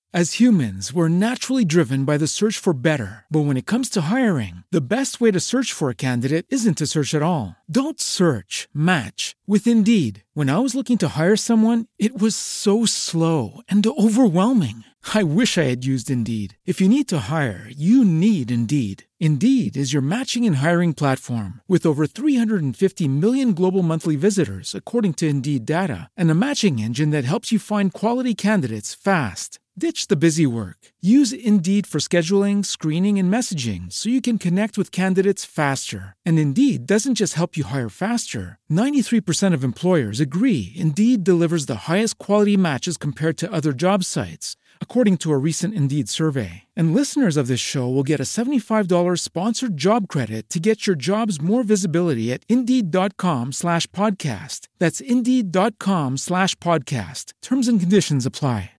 As humans, we're naturally driven by the search for better. But when it comes to hiring, the best way to search for a candidate isn't to search at all. Don't search, match with Indeed. When I was looking to hire someone, it was so slow and overwhelming. I wish I had used Indeed. If you need to hire, you need Indeed. Indeed is your matching and hiring platform with over 350 million global monthly visitors, according to Indeed data, and a matching engine that helps you find quality candidates fast. Ditch the busy work. Use Indeed for scheduling, screening, and messaging so you can connect with candidates faster. And Indeed doesn't just help you hire faster. 93% of employers agree Indeed delivers the highest quality matches compared to other job sites, according to a recent Indeed survey. And listeners of this show will get a $75 sponsored job credit to get your jobs more visibility at Indeed.com/podcast. That's Indeed.com/podcast. Terms and conditions apply.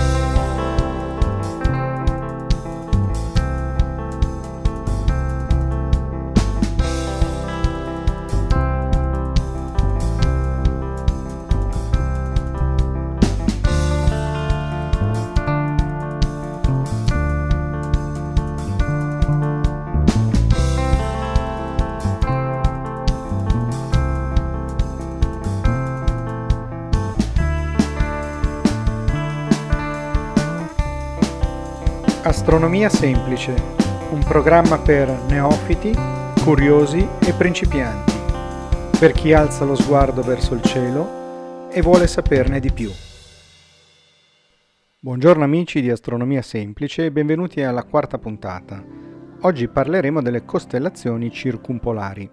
Astronomia semplice, un programma per neofiti, curiosi e principianti, per chi alza lo sguardo verso il cielo e vuole saperne di più. Buongiorno amici di Astronomia semplice e benvenuti alla quarta puntata. Oggi parleremo delle costellazioni circumpolari.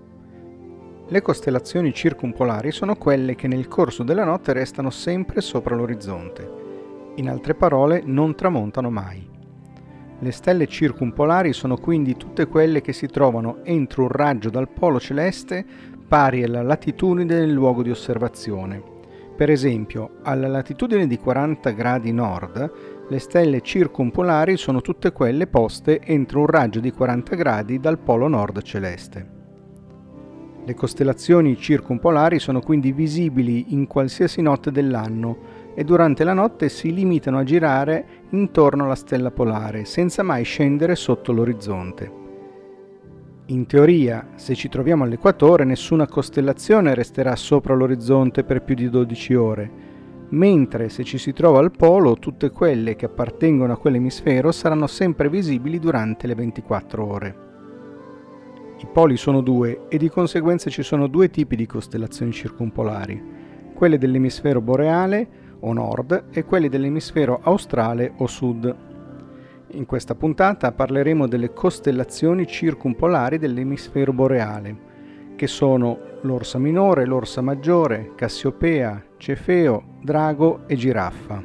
Le costellazioni circumpolari sono quelle che nel corso della notte restano sempre sopra l'orizzonte. In altre parole, non tramontano mai. Le stelle circumpolari sono quindi tutte quelle che si trovano entro un raggio dal polo celeste pari alla latitudine del luogo di osservazione. Per esempio, alla latitudine di 40 gradi nord, le stelle circumpolari sono tutte quelle poste entro un raggio di 40 gradi dal polo nord celeste. Le costellazioni circumpolari sono quindi visibili in qualsiasi notte dell'anno e durante la notte si limitano a girare intorno alla stella polare, senza mai scendere sotto l'orizzonte. In teoria, se ci troviamo all'equatore, nessuna costellazione resterà sopra l'orizzonte per più di 12 ore, mentre se ci si trova al polo, tutte quelle che appartengono a quell'emisfero saranno sempre visibili durante le 24 ore. I poli sono due e di conseguenza ci sono due tipi di costellazioni circumpolari, quelle dell'emisfero boreale o nord e quelli dell'emisfero australe o sud. In questa puntata parleremo delle costellazioni circumpolari dell'emisfero boreale, che sono l'Orsa Minore, l'Orsa Maggiore, Cassiopea, Cefeo, Drago e Giraffa.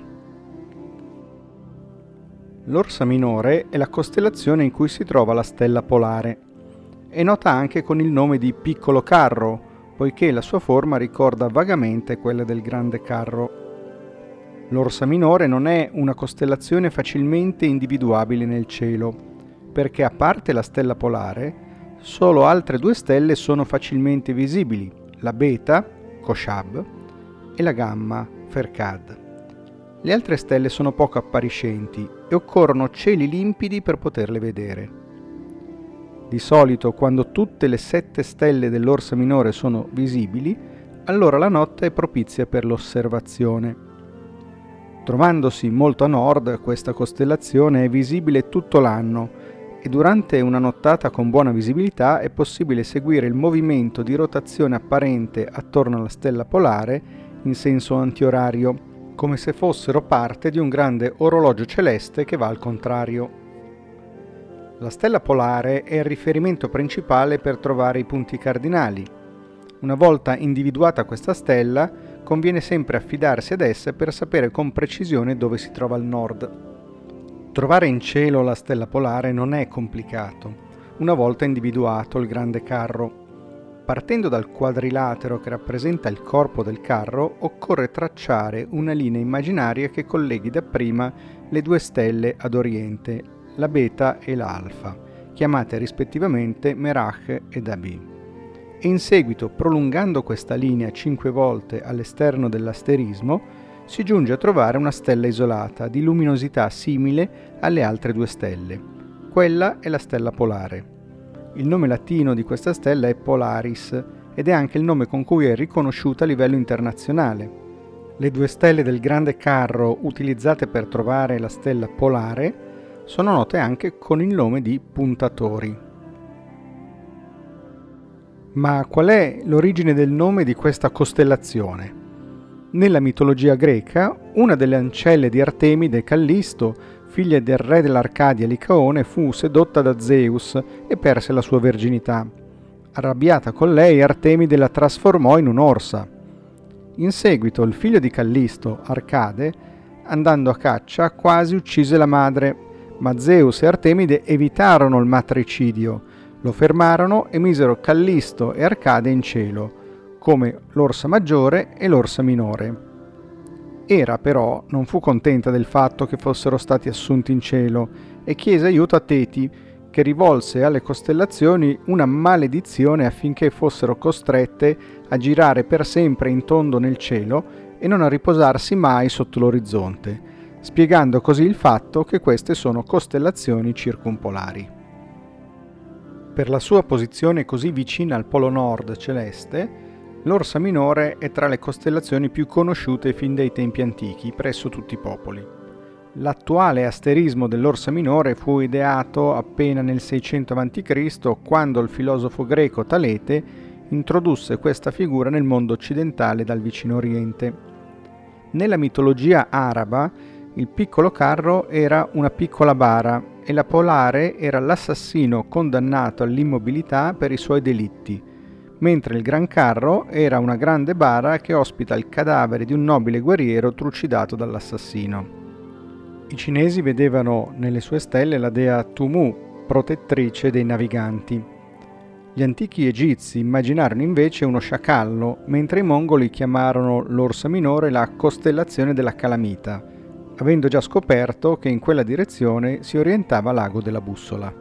L'Orsa Minore è la costellazione in cui si trova la stella polare. È nota anche con il nome di Piccolo Carro, poiché la sua forma ricorda vagamente quella del Grande Carro. L'Orsa Minore non è una costellazione facilmente individuabile nel cielo, perché a parte la stella polare, solo altre due stelle sono facilmente visibili, la Beta, Kochab, e la Gamma, Pherkad. Le altre stelle sono poco appariscenti e occorrono cieli limpidi per poterle vedere. Di solito, quando tutte le 7 stelle dell'Orsa Minore sono visibili, allora la notte è propizia per l'osservazione. Trovandosi molto a nord, questa costellazione è visibile tutto l'anno e durante una nottata con buona visibilità è possibile seguire il movimento di rotazione apparente attorno alla stella polare in senso antiorario, come se fossero parte di un grande orologio celeste che va al contrario. La stella polare è il riferimento principale per trovare i punti cardinali. Una volta individuata questa stella, conviene sempre affidarsi ad essa per sapere con precisione dove si trova al nord. Trovare in cielo la stella polare non è complicato, una volta individuato il Grande Carro. Partendo dal quadrilatero che rappresenta il corpo del carro, occorre tracciare una linea immaginaria che colleghi dapprima le due stelle ad oriente, la Beta e la Alfa, chiamate rispettivamente Merach ed Abi. E in seguito, prolungando questa linea 5 volte all'esterno dell'asterismo, si giunge a trovare una stella isolata di luminosità simile alle altre due stelle. Quella è la stella polare. Il nome latino di questa stella è Polaris ed è anche il nome con cui è riconosciuta a livello internazionale. Le due stelle del Grande Carro utilizzate per trovare la stella polare sono note anche con il nome di puntatori. Ma qual è l'origine del nome di questa costellazione? Nella mitologia greca, una delle ancelle di Artemide, Callisto, figlia del re dell'Arcadia Licaone, fu sedotta da Zeus e perse la sua verginità. Arrabbiata con lei, Artemide la trasformò in un'orsa. In seguito, il figlio di Callisto, Arcade, andando a caccia, quasi uccise la madre, ma Zeus e Artemide evitarono il matricidio, lo fermarono e misero Callisto e Arcade in cielo, come l'orsa maggiore e l'orsa minore. Era però non fu contenta del fatto che fossero stati assunti in cielo e chiese aiuto a Teti, che rivolse alle costellazioni una maledizione affinché fossero costrette a girare per sempre in tondo nel cielo e non a riposarsi mai sotto l'orizzonte, spiegando così il fatto che queste sono costellazioni circumpolari. Per la sua posizione così vicina al polo nord celeste, l'Orsa Minore è tra le costellazioni più conosciute fin dai tempi antichi presso tutti i popoli. L'attuale asterismo dell'Orsa Minore fu ideato appena nel 600 a.C., quando il filosofo greco Talete introdusse questa figura nel mondo occidentale dal vicino Oriente. Nella mitologia araba, il piccolo carro era una piccola bara e la polare era l'assassino condannato all'immobilità per i suoi delitti, mentre il gran carro era una grande bara che ospita il cadavere di un nobile guerriero trucidato dall'assassino. I cinesi vedevano nelle sue stelle la dea Tumu, protettrice dei naviganti. Gli antichi egizi immaginarono invece uno sciacallo, mentre i mongoli chiamarono l'Orsa Minore la costellazione della calamita, avendo già scoperto che in quella direzione si orientava l'ago della bussola.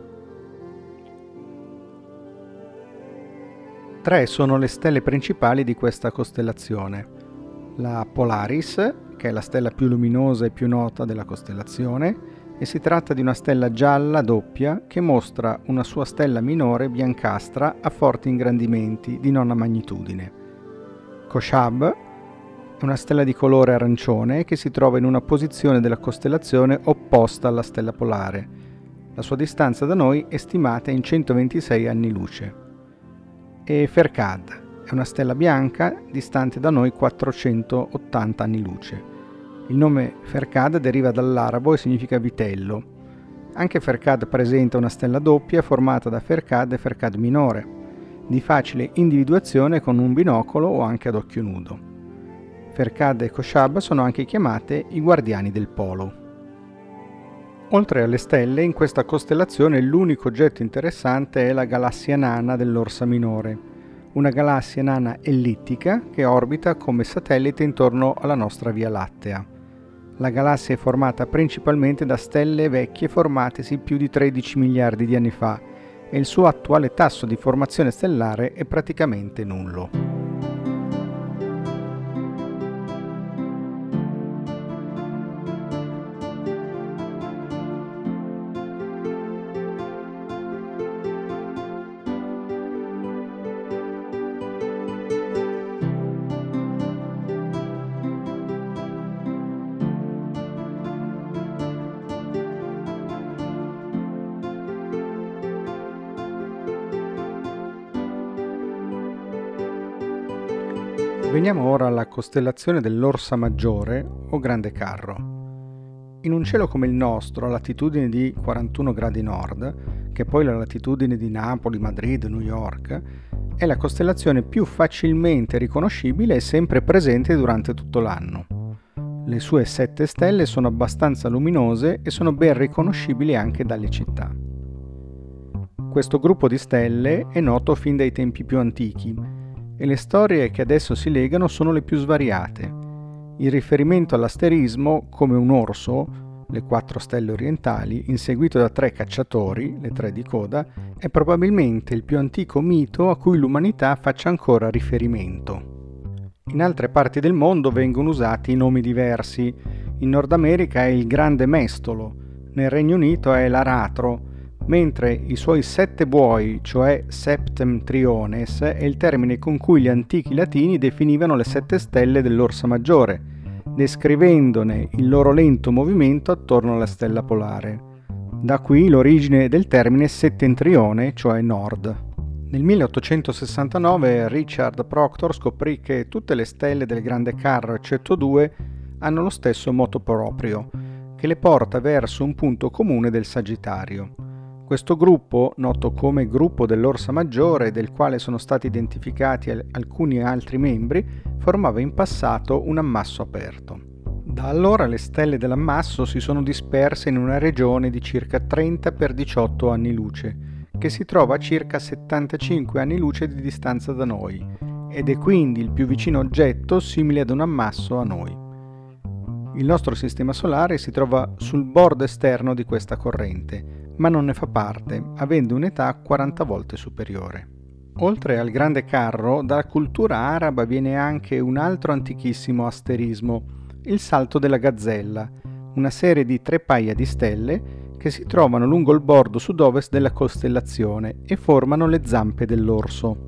3 sono le stelle principali di questa costellazione. La Polaris, che è la stella più luminosa e più nota della costellazione, e si tratta di una stella gialla doppia che mostra una sua stella minore biancastra a forti ingrandimenti di nona magnitudine. Kochab è una stella di colore arancione che si trova in una posizione della costellazione opposta alla stella polare. La sua distanza da noi è stimata in 126 anni luce. E Ferkad è una stella bianca distante da noi 480 anni luce. Il nome Ferkad deriva dall'arabo e significa vitello. Anche Ferkad presenta una stella doppia formata da Ferkad e Ferkad minore, di facile individuazione con un binocolo o anche ad occhio nudo. Ferkad e Kochab sono anche chiamate i guardiani del polo. Oltre alle stelle, in questa costellazione l'unico oggetto interessante è la galassia nana dell'Orsa Minore, una galassia nana ellittica che orbita come satellite intorno alla nostra Via Lattea. La galassia è formata principalmente da stelle vecchie formatesi più di 13 miliardi di anni fa e il suo attuale tasso di formazione stellare è praticamente nullo. Veniamo ora alla costellazione dell'Orsa Maggiore o Grande Carro. In un cielo come il nostro, a latitudine di 41 gradi nord, che è poi la latitudine di Napoli, Madrid, New York, è la costellazione più facilmente riconoscibile e sempre presente durante tutto l'anno. Le sue 7 stelle sono abbastanza luminose e sono ben riconoscibili anche dalle città. Questo gruppo di stelle è noto fin dai tempi più antichi, e le storie che adesso si legano sono le più svariate. Il riferimento all'asterismo, come un orso, le 4 stelle orientali, inseguito da 3 cacciatori, le 3 di coda, è probabilmente il più antico mito a cui l'umanità faccia ancora riferimento. In altre parti del mondo vengono usati nomi diversi. In Nord America è il Grande Mestolo, nel Regno Unito è l'Aratro, mentre i suoi 7 buoi, cioè Septentriones, è il termine con cui gli antichi latini definivano le 7 stelle dell'Orsa Maggiore, descrivendone il loro lento movimento attorno alla stella polare. Da qui l'origine del termine settentrione, cioè nord. Nel 1869 Richard Proctor scoprì che tutte le stelle del Grande Carro, eccetto 2, hanno lo stesso moto proprio, che le porta verso un punto comune del Sagittario. Questo gruppo, noto come gruppo dell'Orsa Maggiore, del quale sono stati identificati alcuni altri membri, formava in passato un ammasso aperto. Da allora le stelle dell'ammasso si sono disperse in una regione di circa 30 x 18 anni luce, che si trova a circa 75 anni luce di distanza da noi, ed è quindi il più vicino oggetto simile ad un ammasso a noi. Il nostro sistema solare si trova sul bordo esterno di questa corrente, ma non ne fa parte, avendo un'età 40 volte superiore. Oltre al Grande Carro, dalla cultura araba viene anche un altro antichissimo asterismo, il Salto della Gazzella, una serie di 3 paia di stelle che si trovano lungo il bordo sud-ovest della costellazione e formano le zampe dell'orso.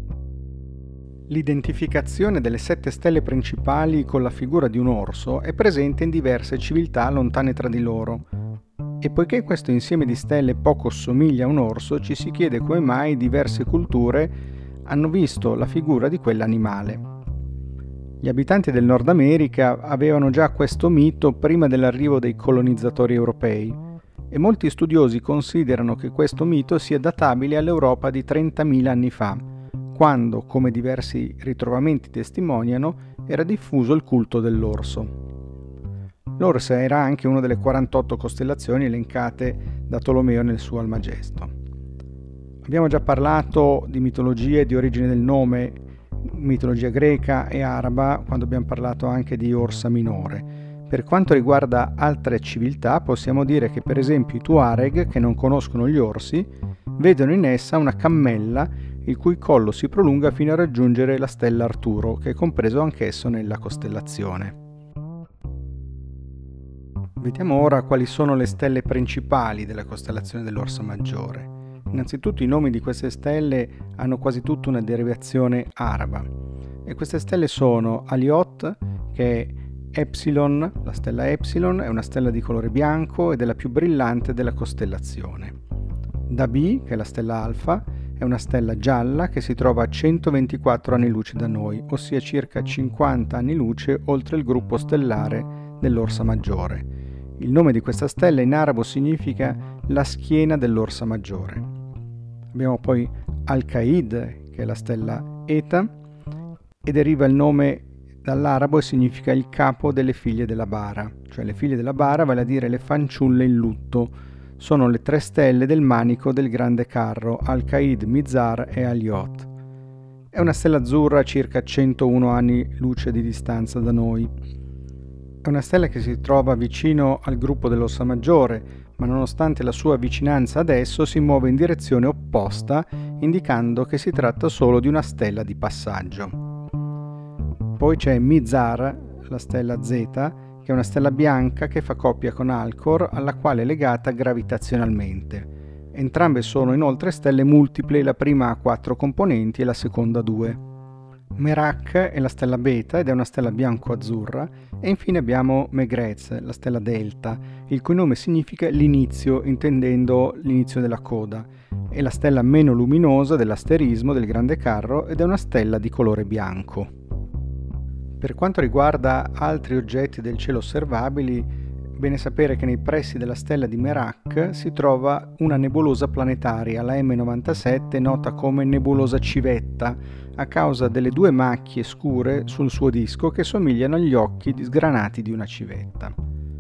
L'identificazione delle 7 stelle principali con la figura di un orso è presente in diverse civiltà lontane tra di loro, e poiché questo insieme di stelle poco somiglia a un orso, ci si chiede come mai diverse culture hanno visto la figura di quell'animale. Gli abitanti del Nord America avevano già questo mito prima dell'arrivo dei colonizzatori europei, e molti studiosi considerano che questo mito sia databile all'Europa di 30.000 anni fa, quando, come diversi ritrovamenti testimoniano, era diffuso il culto dell'orso. L'orsa era anche una delle 48 costellazioni elencate da Tolomeo nel suo Almagesto. Abbiamo già parlato di mitologie di origine del nome, mitologia greca e araba, quando abbiamo parlato anche di Orsa Minore. Per quanto riguarda altre civiltà, possiamo dire che per esempio i Tuareg, che non conoscono gli orsi, vedono in essa una cammella il cui collo si prolunga fino a raggiungere la stella Arturo, che è compreso anch'esso nella costellazione. Vediamo ora quali sono le stelle principali della costellazione dell'Orsa Maggiore. Innanzitutto i nomi di queste stelle hanno quasi tutta una derivazione araba, e queste stelle sono Aliot, che è Epsilon, la stella Epsilon è una stella di colore bianco ed è la più brillante della costellazione. Dabi, che è la stella Alfa, è una stella gialla che si trova a 124 anni luce da noi, ossia circa 50 anni luce oltre il gruppo stellare dell'Orsa Maggiore. Il nome di questa stella in arabo significa la schiena dell'Orsa Maggiore. Abbiamo poi Al-Qaid, che è la stella Eta, e deriva il nome dall'arabo e significa il capo delle figlie della bara, cioè le figlie della bara, vale a dire le fanciulle in lutto. Sono le 3 stelle del manico del Grande Carro, Al-Qaid, Mizar e Aliot. È una stella azzurra a circa 101 anni luce di distanza da noi. È una stella che si trova vicino al gruppo dell'Orsa Maggiore, ma nonostante la sua vicinanza ad esso si muove in direzione opposta, indicando che si tratta solo di una stella di passaggio. Poi c'è Mizar, la stella Z, che è una stella bianca che fa coppia con Alcor, alla quale è legata gravitazionalmente. Entrambe sono inoltre stelle multiple, la prima ha 4 componenti e la seconda 2. Merak è la stella Beta ed è una stella bianco-azzurra, e infine abbiamo Megrez, la stella Delta, il cui nome significa l'inizio, intendendo l'inizio della coda. È la stella meno luminosa dell'asterismo del Grande Carro ed è una stella di colore bianco. Per quanto riguarda altri oggetti del cielo osservabili, bene sapere che nei pressi della stella di Merak si trova una nebulosa planetaria, la M97, nota come nebulosa civetta, a causa delle 2 macchie scure sul suo disco che somigliano agli occhi sgranati di una civetta.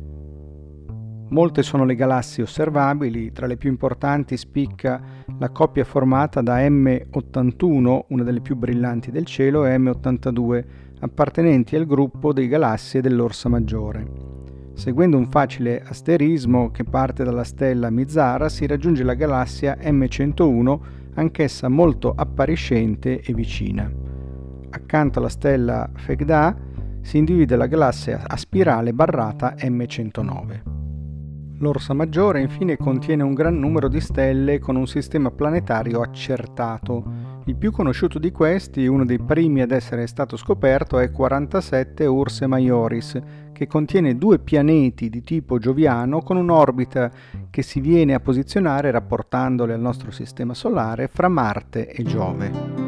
Molte sono le galassie osservabili, tra le più importanti spicca la coppia formata da M81, una delle più brillanti del cielo, e M82, appartenenti al gruppo dei galassie dell'Orsa Maggiore. Seguendo un facile asterismo che parte dalla stella Mizara si raggiunge la galassia M101, anch'essa molto appariscente e vicina. Accanto alla stella Phecda si individua la galassia a spirale barrata M109. L'Orsa Maggiore infine contiene un gran numero di stelle con un sistema planetario accertato. Il più conosciuto di questi, uno dei primi ad essere stato scoperto, è 47 Ursae Majoris, che contiene 2 pianeti di tipo gioviano con un'orbita che si viene a posizionare, rapportandole al nostro sistema solare, fra Marte e Giove.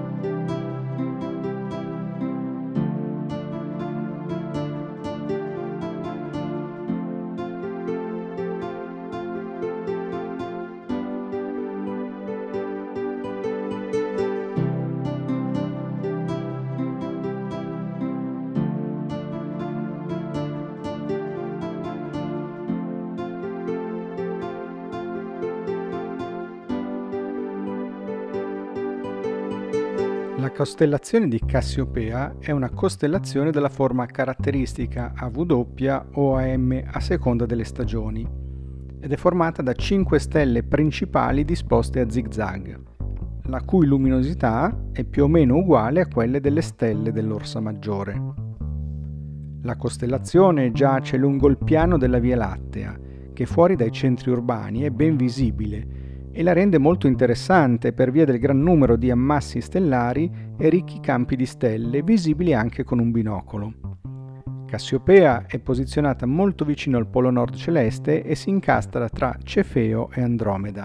La costellazione di Cassiopea è una costellazione della forma caratteristica a W o a M a seconda delle stagioni ed è formata da 5 stelle principali disposte a zigzag, la cui luminosità è più o meno uguale a quelle delle stelle dell'Orsa Maggiore. La costellazione giace lungo il piano della Via Lattea, che fuori dai centri urbani è ben visibile e la rende molto interessante per via del gran numero di ammassi stellari e ricchi campi di stelle visibili anche con un binocolo. Cassiopea è posizionata molto vicino al polo nord celeste e si incastra tra Cefeo e Andromeda.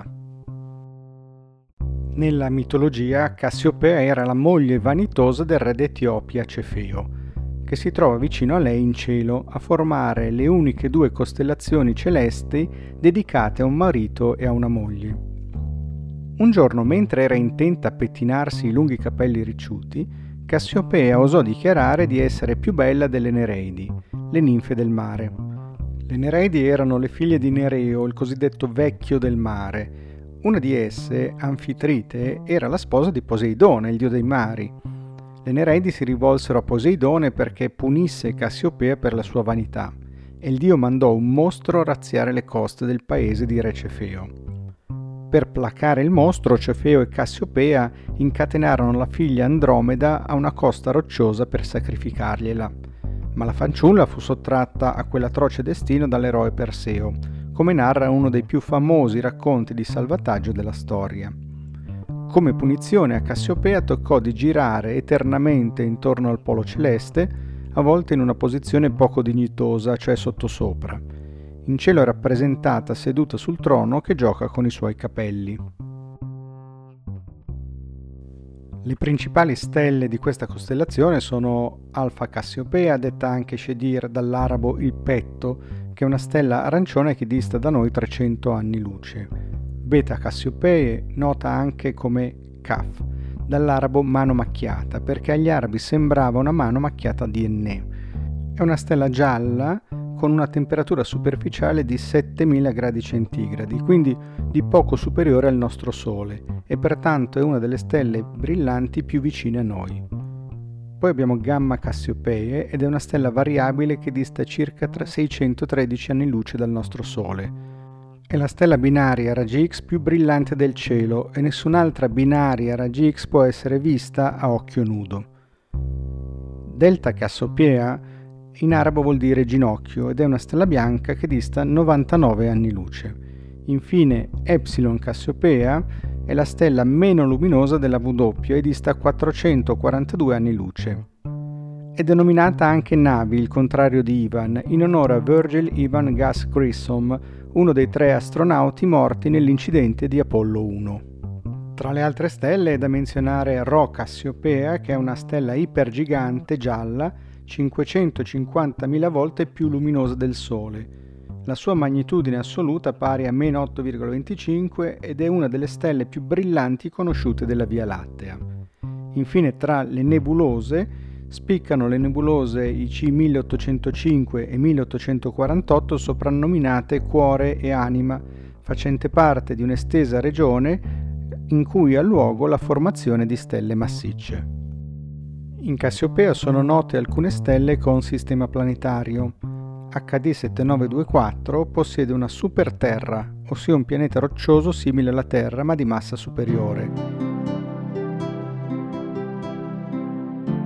Nella mitologia Cassiopea era la moglie vanitosa del re d'Etiopia Cefeo, che si trova vicino a lei in cielo a formare le uniche 2 costellazioni celesti dedicate a un marito e a una moglie. Un giorno, mentre era intenta a pettinarsi i lunghi capelli ricciuti, Cassiopea osò dichiarare di essere più bella delle Nereidi, le ninfe del mare. Le Nereidi erano le figlie di Nereo, il cosiddetto vecchio del mare. Una di esse, Anfitrite, era la sposa di Poseidone, il dio dei mari. Le Nereidi si rivolsero a Poseidone perché punisse Cassiopea per la sua vanità, e il dio mandò un mostro a razziare le coste del paese di re Cefeo. Per placare il mostro, Cefeo e Cassiopea incatenarono la figlia Andromeda a una costa rocciosa per sacrificargliela, ma la fanciulla fu sottratta a quell'atroce destino dall'eroe Perseo, come narra uno dei più famosi racconti di salvataggio della storia. Come punizione a Cassiopea toccò di girare eternamente intorno al polo celeste, a volte in una posizione poco dignitosa, cioè sottosopra. In cielo è rappresentata seduta sul trono che gioca con i suoi capelli. Le principali stelle di questa costellazione sono Alfa Cassiopea, detta anche Shedir dall'arabo il petto, che è una stella arancione che dista da noi 300 anni luce. Beta Cassiopee, nota anche come Kaf, dall'arabo mano macchiata, perché agli arabi sembrava una mano macchiata di ennè. È una stella gialla con una temperatura superficiale di 7000 gradi centigradi, quindi di poco superiore al nostro Sole, e pertanto è una delle stelle brillanti più vicine a noi. Poi abbiamo Gamma Cassiopee ed è una stella variabile che dista circa 613 anni luce dal nostro Sole. È la stella binaria raggi X più brillante del cielo e nessun'altra binaria raggi X può essere vista a occhio nudo. Delta Cassiopea in arabo vuol dire ginocchio ed è una stella bianca che dista 99 anni luce. Infine Epsilon Cassiopea è la stella meno luminosa della W e dista 442 anni luce. È denominata anche Navi, il contrario di Ivan, in onore a Virgil Ivan Gus Grissom, uno dei 3 astronauti morti nell'incidente di Apollo 1. Tra le altre stelle è da menzionare Rho Cassiopea, che è una stella ipergigante gialla 550.000 volte più luminosa del Sole. La sua magnitudine assoluta pari a meno 8,25 ed è una delle stelle più brillanti conosciute della Via Lattea. Infine, tra le nebulose spiccano le nebulose IC 1805 e 1848, soprannominate Cuore e Anima, facente parte di un'estesa regione in cui ha luogo la formazione di stelle massicce. In Cassiopea sono note alcune stelle con sistema planetario. HD 7924 possiede una superterra, ossia un pianeta roccioso simile alla Terra ma di massa superiore.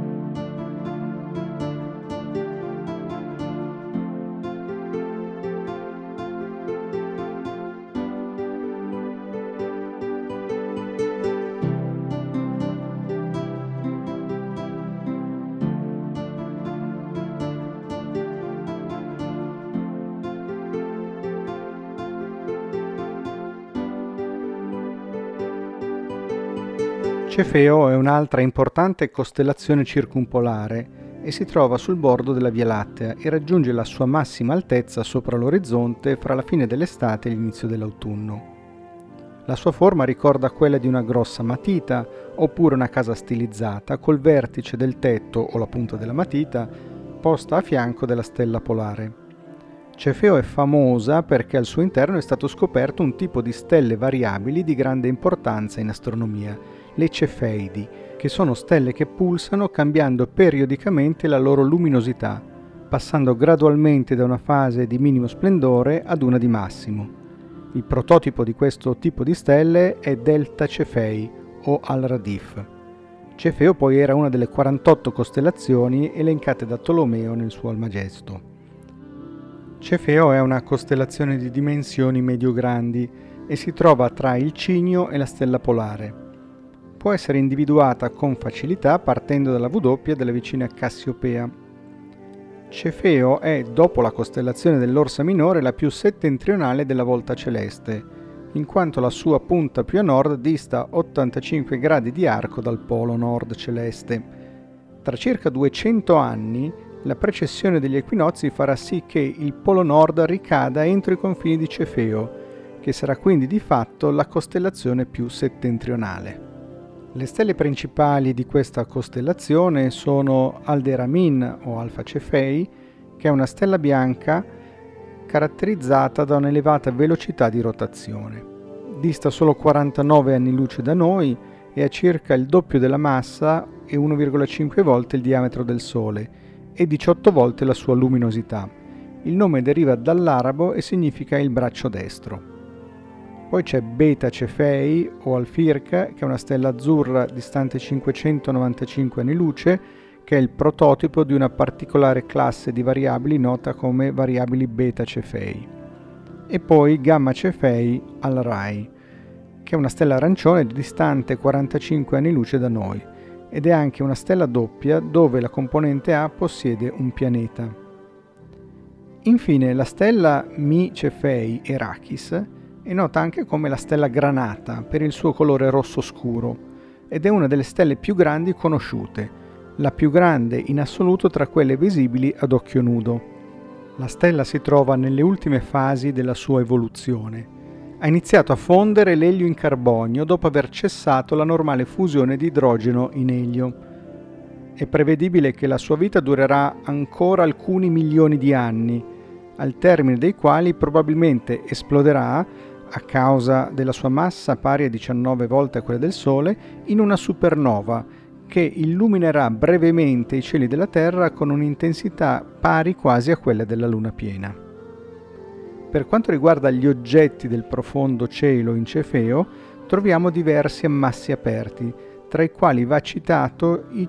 Cefeo è un'altra importante costellazione circumpolare e si trova sul bordo della Via Lattea e raggiunge la sua massima altezza sopra l'orizzonte fra la fine dell'estate e l'inizio dell'autunno. La sua forma ricorda quella di una grossa matita oppure una casa stilizzata col vertice del tetto o la punta della matita posta a fianco della stella polare. Cefeo è famosa perché al suo interno è stato scoperto un tipo di stelle variabili di grande importanza in astronomia, le Cefeidi, che sono stelle che pulsano cambiando periodicamente la loro luminosità, passando gradualmente da una fase di minimo splendore ad una di massimo. Il prototipo di questo tipo di stelle è Delta Cefei o Al-Radif. Cefeo poi era una delle 48 costellazioni elencate da Tolomeo nel suo Almagesto. Cefeo è una costellazione di dimensioni medio-grandi e si trova tra il Cinio e la stella polare. Può essere individuata con facilità partendo dalla W della vicina Cassiopea. Cefeo è, dopo la costellazione dell'Orsa Minore, la più settentrionale della volta celeste, in quanto la sua punta più a nord dista 85 gradi di arco dal polo nord celeste. Tra circa 200 anni, la precessione degli equinozi farà sì che il polo nord ricada entro i confini di Cefeo, che sarà quindi di fatto la costellazione più settentrionale. Le stelle principali di questa costellazione sono Alderamin o Alfa Cefei, che è una stella bianca caratterizzata da un'elevata velocità di rotazione. Dista solo 49 anni luce da noi e ha circa il doppio della massa e 1,5 volte il diametro del Sole e 18 volte la sua luminosità. Il nome deriva dall'arabo e significa il braccio destro. Poi c'è Beta Cefei o Alfirca, che è una stella azzurra distante 595 anni luce, che è il prototipo di una particolare classe di variabili nota come variabili Beta Cefei. E poi Gamma Cefei Al-Rai, che è una stella arancione distante 45 anni luce da noi, ed è anche una stella doppia dove la componente A possiede un pianeta. Infine la stella Mi Cefei Erachis è nota anche come la stella granata per il suo colore rosso scuro ed è una delle stelle più grandi conosciute, la più grande in assoluto tra quelle visibili ad occhio nudo. La stella si trova nelle ultime fasi della sua evoluzione. Ha iniziato a fondere l'elio in carbonio dopo aver cessato la normale fusione di idrogeno in elio. È prevedibile che la sua vita durerà ancora alcuni milioni di anni, al termine dei quali probabilmente esploderà, a causa della sua massa pari a 19 volte quella del Sole, in una supernova che illuminerà brevemente i cieli della Terra con un'intensità pari quasi a quella della Luna piena. Per quanto riguarda gli oggetti del profondo cielo in Cefeo, troviamo diversi ammassi aperti, tra i quali va citato i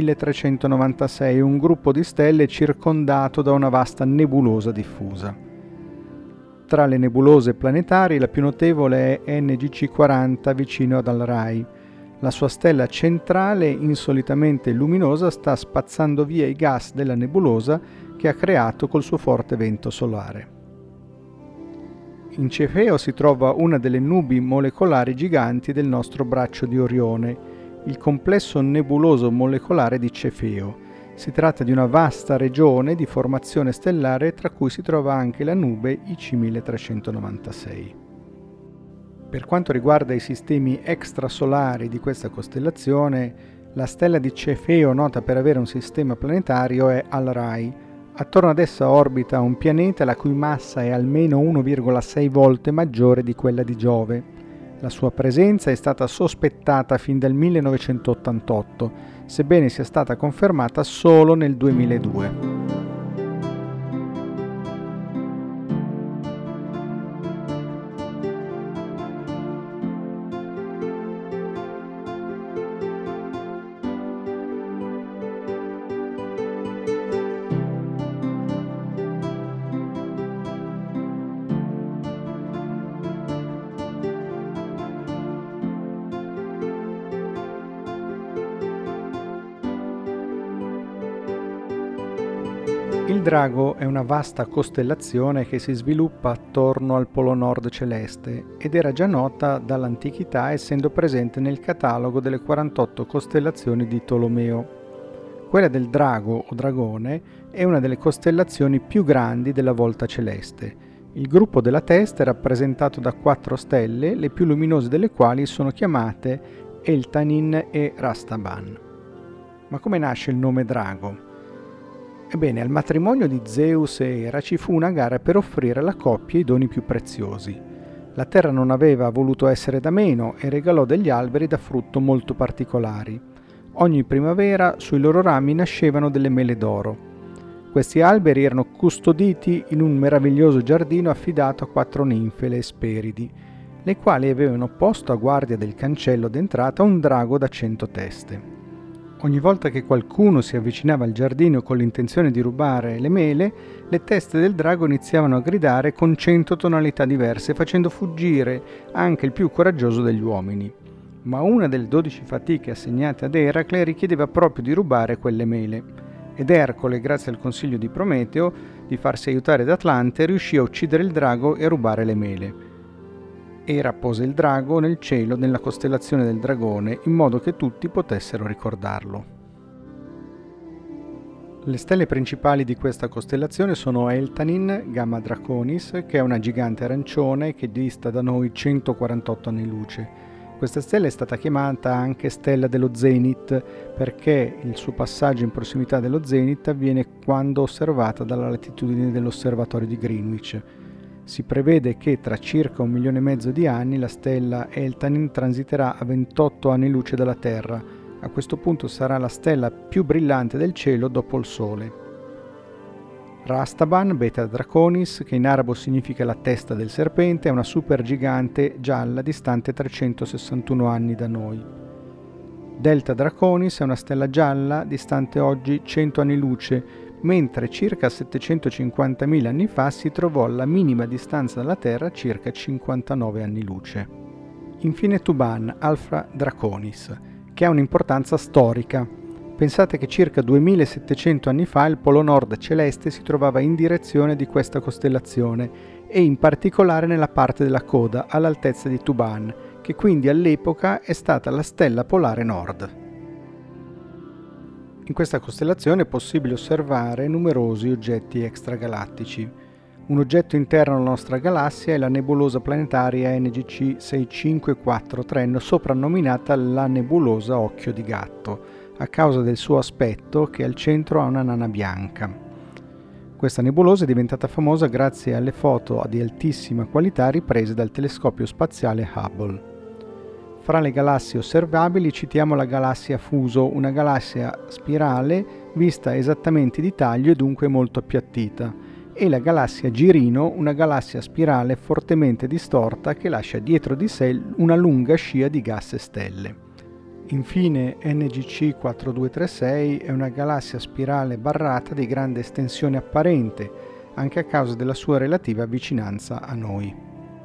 C1396, un gruppo di stelle circondato da una vasta nebulosa diffusa. Tra le nebulose planetarie la più notevole è NGC40 vicino ad Al-Rai. La sua stella centrale, insolitamente luminosa, sta spazzando via i gas della nebulosa che ha creato col suo forte vento solare. In Cefeo si trova una delle nubi molecolari giganti del nostro braccio di Orione, il complesso nebuloso molecolare di Cefeo. Si tratta di una vasta regione di formazione stellare tra cui si trova anche la nube IC1396. Per quanto riguarda i sistemi extrasolari di questa costellazione, la stella di Cefeo nota per avere un sistema planetario è Al-Rai. Attorno ad essa orbita un pianeta la cui massa è almeno 1,6 volte maggiore di quella di Giove. La sua presenza è stata sospettata fin dal 1988, sebbene sia stata confermata solo nel 2002. Il Drago è una vasta costellazione che si sviluppa attorno al Polo Nord celeste ed era già nota dall'antichità essendo presente nel catalogo delle 48 costellazioni di Tolomeo. Quella del Drago o Dragone è una delle costellazioni più grandi della volta celeste. Il gruppo della testa è rappresentato da 4 stelle, le più luminose delle quali sono chiamate Eltanin e Rastaban. Ma come nasce il nome Drago? Ebbene, al matrimonio di Zeus e Era ci fu una gara per offrire alla coppia i doni più preziosi. La terra non aveva voluto essere da meno e regalò degli alberi da frutto molto particolari. Ogni primavera sui loro rami nascevano delle mele d'oro. Questi alberi erano custoditi in un meraviglioso giardino affidato a 4 ninfe, le Esperidi, le quali avevano posto a guardia del cancello d'entrata un drago da 100 teste. Ogni volta che qualcuno si avvicinava al giardino con l'intenzione di rubare le mele, le teste del drago iniziavano a gridare con 100 tonalità diverse, facendo fuggire anche il più coraggioso degli uomini. Ma una delle 12 fatiche assegnate ad Eracle richiedeva proprio di rubare quelle mele. Ed Ercole, grazie al consiglio di Prometeo di farsi aiutare da Atlante, riuscì a uccidere il drago e a rubare le mele. Era pose il drago nel cielo nella costellazione del dragone in modo che tutti potessero ricordarlo. Le stelle principali di questa costellazione sono Eltanin, Gamma Draconis, che è una gigante arancione che dista da noi 148 anni luce. Questa stella è stata chiamata anche stella dello Zenit perché il suo passaggio in prossimità dello Zenit avviene quando osservata dalla latitudine dell'osservatorio di Greenwich. Si prevede che tra circa 1,5 milioni di anni la stella Eltanin transiterà a 28 anni luce dalla Terra. A questo punto sarà la stella più brillante del cielo dopo il Sole. Rastaban, Beta Draconis, che in arabo significa la testa del serpente, è una supergigante gialla distante 361 anni da noi. Delta Draconis è una stella gialla distante oggi 100 anni luce, mentre circa 750.000 anni fa si trovò alla minima distanza dalla Terra, circa 59 anni luce. Infine Tuban, Alpha Draconis, che ha un'importanza storica. Pensate che circa 2700 anni fa il Polo Nord celeste si trovava in direzione di questa costellazione e in particolare nella parte della coda, all'altezza di Tuban, che quindi all'epoca è stata la stella polare nord. In questa costellazione è possibile osservare numerosi oggetti extragalattici. Un oggetto interno alla nostra galassia è la nebulosa planetaria NGC 6543, soprannominata la nebulosa Occhio di Gatto, a causa del suo aspetto che al centro ha una nana bianca. Questa nebulosa è diventata famosa grazie alle foto di altissima qualità riprese dal telescopio spaziale Hubble. Fra le galassie osservabili citiamo la galassia Fuso, una galassia spirale vista esattamente di taglio e dunque molto appiattita, e la galassia Girino, una galassia spirale fortemente distorta che lascia dietro di sé una lunga scia di gas e stelle. Infine NGC 4236 è una galassia spirale barrata di grande estensione apparente, anche a causa della sua relativa vicinanza a noi.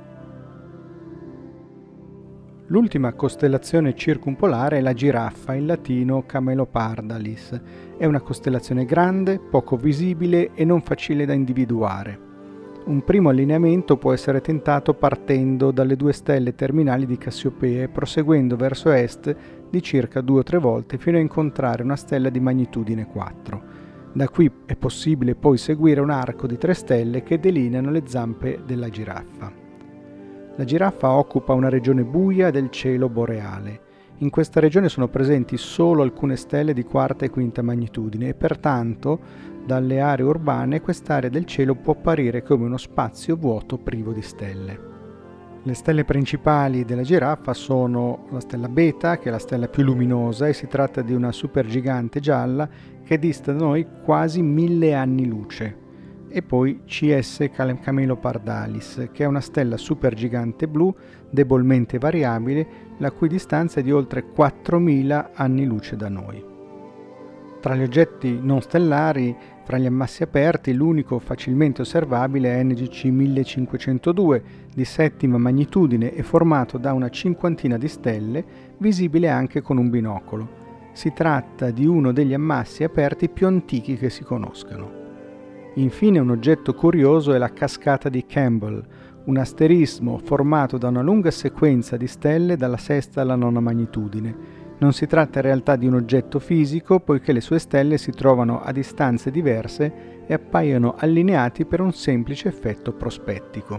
L'ultima costellazione circumpolare è la giraffa, in latino Camelopardalis. È una costellazione grande, poco visibile e non facile da individuare. Un primo allineamento può essere tentato partendo dalle 2 stelle terminali di Cassiopea e proseguendo verso est di circa 2 o 3 volte fino a incontrare una stella di magnitudine 4. Da qui è possibile poi seguire un arco di 3 stelle che delineano le zampe della giraffa. La giraffa occupa una regione buia del cielo boreale. In questa regione sono presenti solo alcune stelle di 4ª e 5ª magnitudine e pertanto dalle aree urbane quest'area del cielo può apparire come uno spazio vuoto privo di stelle. Le stelle principali della giraffa sono la stella Beta, che è la stella più luminosa e si tratta di una supergigante gialla che dista da noi quasi 1000 anni luce. E poi CS Camelopardalis, che è una stella supergigante blu debolmente variabile, la cui distanza è di oltre 4000 anni luce da noi. Tra gli oggetti non stellari, fra gli ammassi aperti, l'unico facilmente osservabile è NGC 1502, di 7ª magnitudine e formato da una cinquantina di stelle, visibile anche con un binocolo. Si tratta di uno degli ammassi aperti più antichi che si conoscano. Infine un oggetto curioso è la cascata di Campbell, un asterismo formato da una lunga sequenza di stelle dalla sesta alla nona magnitudine. Non si tratta in realtà di un oggetto fisico, poiché le sue stelle si trovano a distanze diverse e appaiono allineati per un semplice effetto prospettico.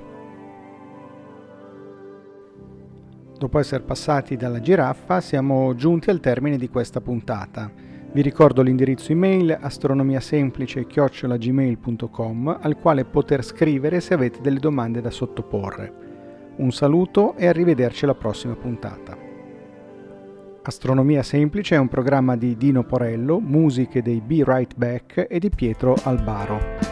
Dopo essere passati dalla giraffa, siamo giunti al termine di questa puntata. Vi ricordo l'indirizzo email astronomiasemplice@gmail.com al quale poter scrivere se avete delle domande da sottoporre. Un saluto e arrivederci alla prossima puntata. Astronomia Semplice è un programma di Dino Porello, musiche dei Be Right Back e di Pietro Albaro.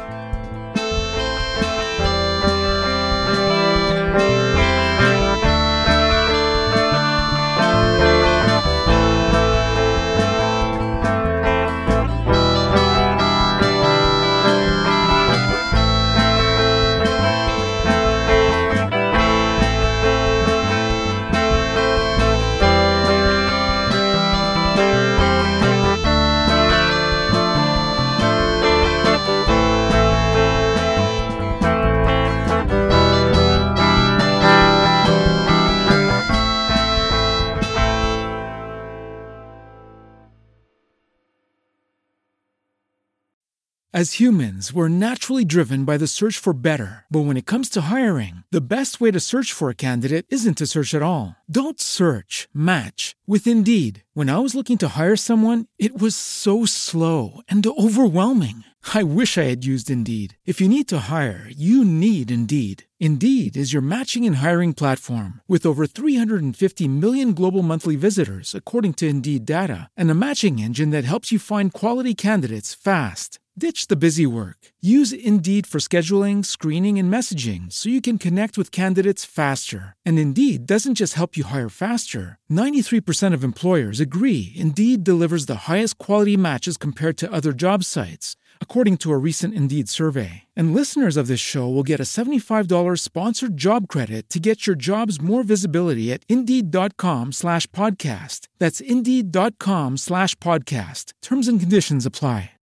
As humans, we're naturally driven by the search for better. But when it comes to hiring, the best way to search for a candidate isn't to search at all. Don't search, match with Indeed. When I was looking to hire someone, it was so slow and overwhelming. I wish I had used Indeed. If you need to hire, you need Indeed. Indeed is your matching and hiring platform with over 350 million global monthly visitors, according to Indeed data, and a matching engine that helps you find quality candidates fast. Ditch the busy work. Use Indeed for scheduling, screening, and messaging so you can connect with candidates faster. And Indeed doesn't just help you hire faster. 93% of employers agree Indeed delivers the highest quality matches compared to other job sites, according to a recent Indeed survey. And listeners of this show will get a $75 sponsored job credit to get your jobs more visibility at Indeed.com/podcast. That's Indeed.com/podcast. Terms and conditions apply.